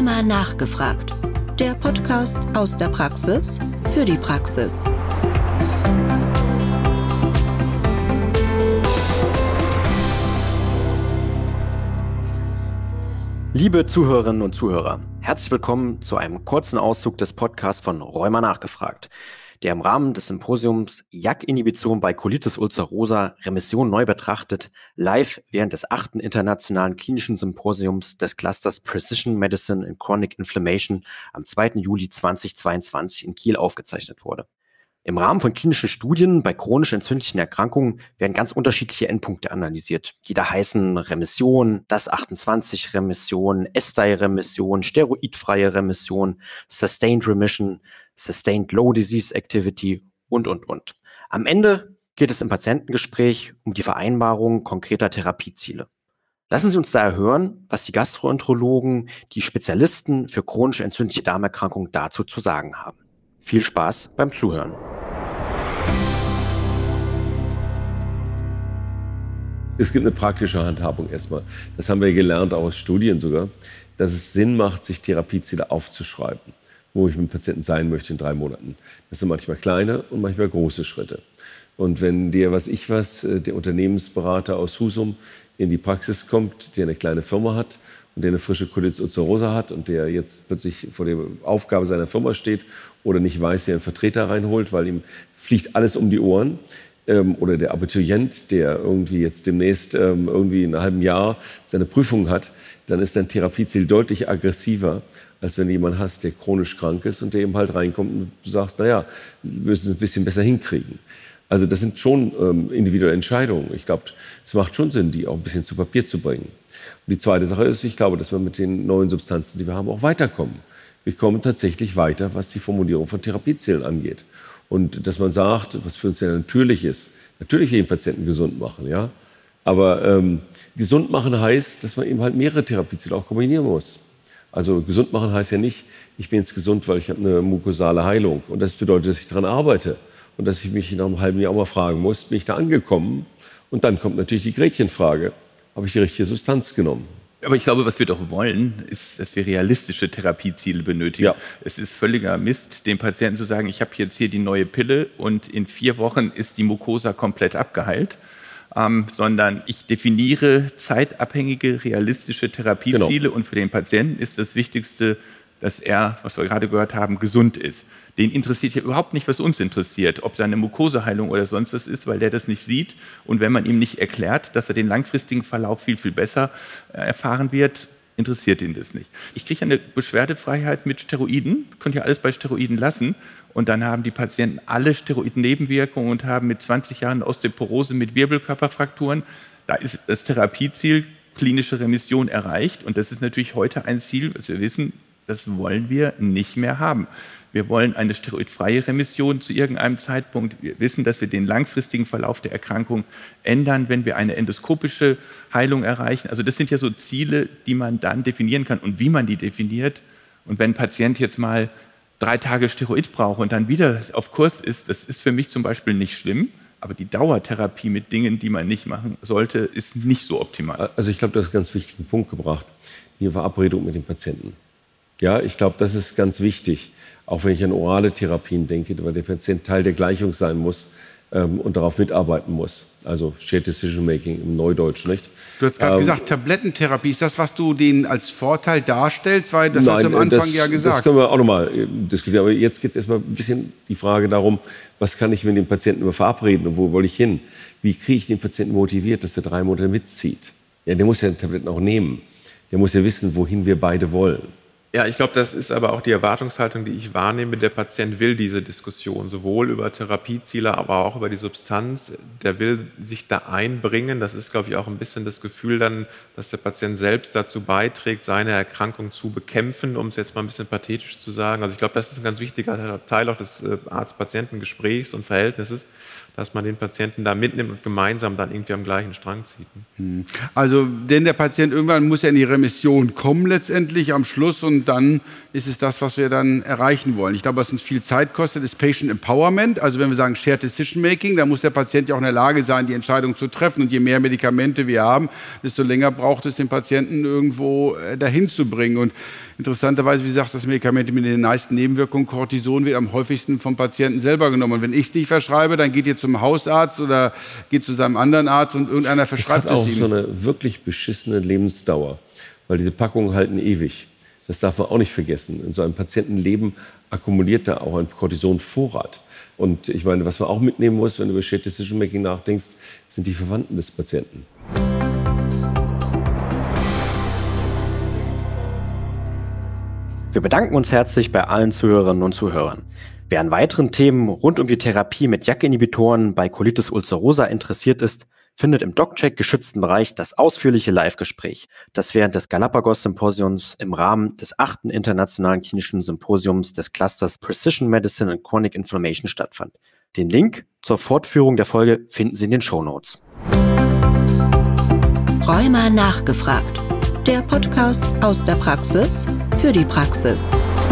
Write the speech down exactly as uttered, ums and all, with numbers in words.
Rheuma nachgefragt. Der Podcast aus der Praxis für die Praxis. Liebe Zuhörerinnen und Zuhörer, herzlich willkommen zu einem kurzen Auszug des Podcasts von Rheuma nachgefragt, der im Rahmen des Symposiums J A K-Inhibition bei Colitis ulcerosa Remission neu betrachtet, live während des achten internationalen klinischen Symposiums des Clusters Precision Medicine in Chronic Inflammation am zweiten Juli zweitausendzweiundzwanzig in Kiel aufgezeichnet wurde. Im Rahmen von klinischen Studien bei chronisch entzündlichen Erkrankungen werden ganz unterschiedliche Endpunkte analysiert, die da heißen Remission, D A S achtundzwanzig Remission, S D A I-Remission, steroidfreie Remission, Sustained Remission, Sustained Low Disease Activity und, und, und. Am Ende geht es im Patientengespräch um die Vereinbarung konkreter Therapieziele. Lassen Sie uns daher hören, was die Gastroenterologen, die Spezialisten für chronische entzündliche Darmerkrankungen dazu zu sagen haben. Viel Spaß beim Zuhören. Es gibt eine praktische Handhabung erstmal. Das haben wir gelernt, auch aus Studien sogar, dass es Sinn macht, sich Therapieziele aufzuschreiben, wo ich mit dem Patienten sein möchte in drei Monaten. Das sind manchmal kleine und manchmal große Schritte. Und wenn der, was ich was, der Unternehmensberater aus Husum in die Praxis kommt, der eine kleine Firma hat und der eine frische Colitis ulcerosa hat und der jetzt plötzlich vor der Aufgabe seiner Firma steht oder nicht weiß, wie er einen Vertreter reinholt, weil ihm fliegt alles um die Ohren, ähm, oder der Abiturient, der irgendwie jetzt demnächst ähm, irgendwie in einem halben Jahr seine Prüfung hat, dann ist dein Therapieziel deutlich aggressiver, als wenn du jemanden hast, der chronisch krank ist und der eben halt reinkommt und du sagst, naja, wir müssen es ein bisschen besser hinkriegen. Also das sind schon ähm, individuelle Entscheidungen. Ich glaube, es macht schon Sinn, die auch ein bisschen zu Papier zu bringen. Und die zweite Sache ist, ich glaube, dass wir mit den neuen Substanzen, die wir haben, auch weiterkommen. Wir kommen tatsächlich weiter, was die Formulierung von Therapiezielen angeht. Und dass man sagt, was für uns ja natürlich ist, natürlich jeden Patienten gesund machen, ja. Aber ähm, gesund machen heißt, dass man eben halt mehrere Therapieziele auch kombinieren muss. Also gesund machen heißt ja nicht, ich bin jetzt gesund, weil ich habe eine mukosale Heilung. Und das bedeutet, dass ich daran arbeite. Und dass ich mich nach einem halben Jahr auch mal fragen muss, bin ich da angekommen? Und dann kommt natürlich die Gretchenfrage, habe ich die richtige Substanz genommen? Aber ich glaube, was wir doch wollen, ist, dass wir realistische Therapieziele benötigen. Ja. Es ist völliger Mist, dem Patienten zu sagen, ich habe jetzt hier die neue Pille und in vier Wochen ist die Mucosa komplett abgeheilt. Ähm, sondern ich definiere zeitabhängige, realistische Therapieziele. Genau. Und für den Patienten ist das Wichtigste, dass er, was wir gerade gehört haben, gesund ist. Den interessiert ja überhaupt nicht, was uns interessiert, ob seine Mukoseheilung oder sonst was ist, weil der das nicht sieht. Und wenn man ihm nicht erklärt, dass er den langfristigen Verlauf viel, viel besser erfahren wird, interessiert ihn das nicht. Ich kriege eine Beschwerdefreiheit mit Steroiden, könnt ihr alles bei Steroiden lassen. Und dann haben die Patienten alle Steroidennebenwirkungen und haben mit zwanzig Jahren Osteoporose mit Wirbelkörperfrakturen. Da ist das Therapieziel klinische Remission erreicht. Und das ist natürlich heute ein Ziel, was wir wissen, das wollen wir nicht mehr haben. Wir wollen eine steroidfreie Remission zu irgendeinem Zeitpunkt. Wir wissen, dass wir den langfristigen Verlauf der Erkrankung ändern, wenn wir eine endoskopische Heilung erreichen. Also das sind ja so Ziele, die man dann definieren kann und wie man die definiert. Und wenn ein Patient jetzt mal drei Tage Steroid braucht und dann wieder auf Kurs ist, das ist für mich zum Beispiel nicht schlimm. Aber die Dauertherapie mit Dingen, die man nicht machen sollte, ist nicht so optimal. Also ich glaube, du hast einen ganz wichtigen Punkt gebracht. Die Verabredung mit dem Patienten. Ja, ich glaube, das ist ganz wichtig. Auch wenn ich an orale Therapien denke, weil der Patient Teil der Gleichung sein muss ähm, und darauf mitarbeiten muss. Also Shared Decision Making im Neudeutsch, nicht? Du hast gerade ähm, gesagt, Tablettentherapie. Ist das, was du denen als Vorteil darstellst? Weil das nein, hast du am Anfang das, ja gesagt. Das können wir auch nochmal diskutieren. Aber jetzt geht es erstmal ein bisschen die Frage darum, was kann ich mit dem Patienten über verabreden und wo will ich hin? Wie kriege ich den Patienten motiviert, dass er drei Monate mitzieht? Ja, der muss ja die Tabletten auch nehmen. Der muss ja wissen, wohin wir beide wollen. Ja, ich glaube, das ist aber auch die Erwartungshaltung, die ich wahrnehme. Der Patient will diese Diskussion, sowohl über Therapieziele, aber auch über die Substanz. Der will sich da einbringen. Das ist, glaube ich, auch ein bisschen das Gefühl dann, dass der Patient selbst dazu beiträgt, seine Erkrankung zu bekämpfen, um es jetzt mal ein bisschen pathetisch zu sagen. Also ich glaube, das ist ein ganz wichtiger Teil auch des Arzt-Patienten-Gesprächs und Verhältnisses, dass man den Patienten da mitnimmt und gemeinsam dann irgendwie am gleichen Strang zieht. Also, denn der Patient irgendwann muss ja in die Remission kommen letztendlich am Schluss und dann ist es das, was wir dann erreichen wollen. Ich glaube, was uns viel Zeit kostet, ist Patient Empowerment. Also wenn wir sagen Shared Decision Making, da muss der Patient ja auch in der Lage sein, die Entscheidung zu treffen. Und je mehr Medikamente wir haben, desto länger braucht es, den Patienten irgendwo dahin zu bringen. Und interessanterweise, wie gesagt, das Medikament mit den meisten Nebenwirkungen, Cortison, wird am häufigsten vom Patienten selber genommen. Und wenn ich es nicht verschreibe, dann geht ihr zum Hausarzt oder geht zu seinem anderen Arzt und irgendeiner verschreibt es ihm. Das hat auch so eine wirklich beschissene Lebensdauer, weil diese Packungen halten ewig. Das darf man auch nicht vergessen. In so einem Patientenleben akkumuliert da auch ein Cortisonvorrat. Und ich meine, was man auch mitnehmen muss, wenn du über Shared Decision Making nachdenkst, sind die Verwandten des Patienten. Wir bedanken uns herzlich bei allen Zuhörerinnen und Zuhörern. Wer an weiteren Themen rund um die Therapie mit J A K-Inhibitoren bei Colitis ulcerosa interessiert ist, findet im DocCheck geschützten Bereich das ausführliche Live-Gespräch, das während des Galapagos-Symposiums im Rahmen des achten Internationalen Klinischen Symposiums des Clusters Precision Medicine and Chronic Inflammation stattfand. Den Link zur Fortführung der Folge finden Sie in den Shownotes. Rheuma nachgefragt. Der Podcast aus der Praxis für die Praxis.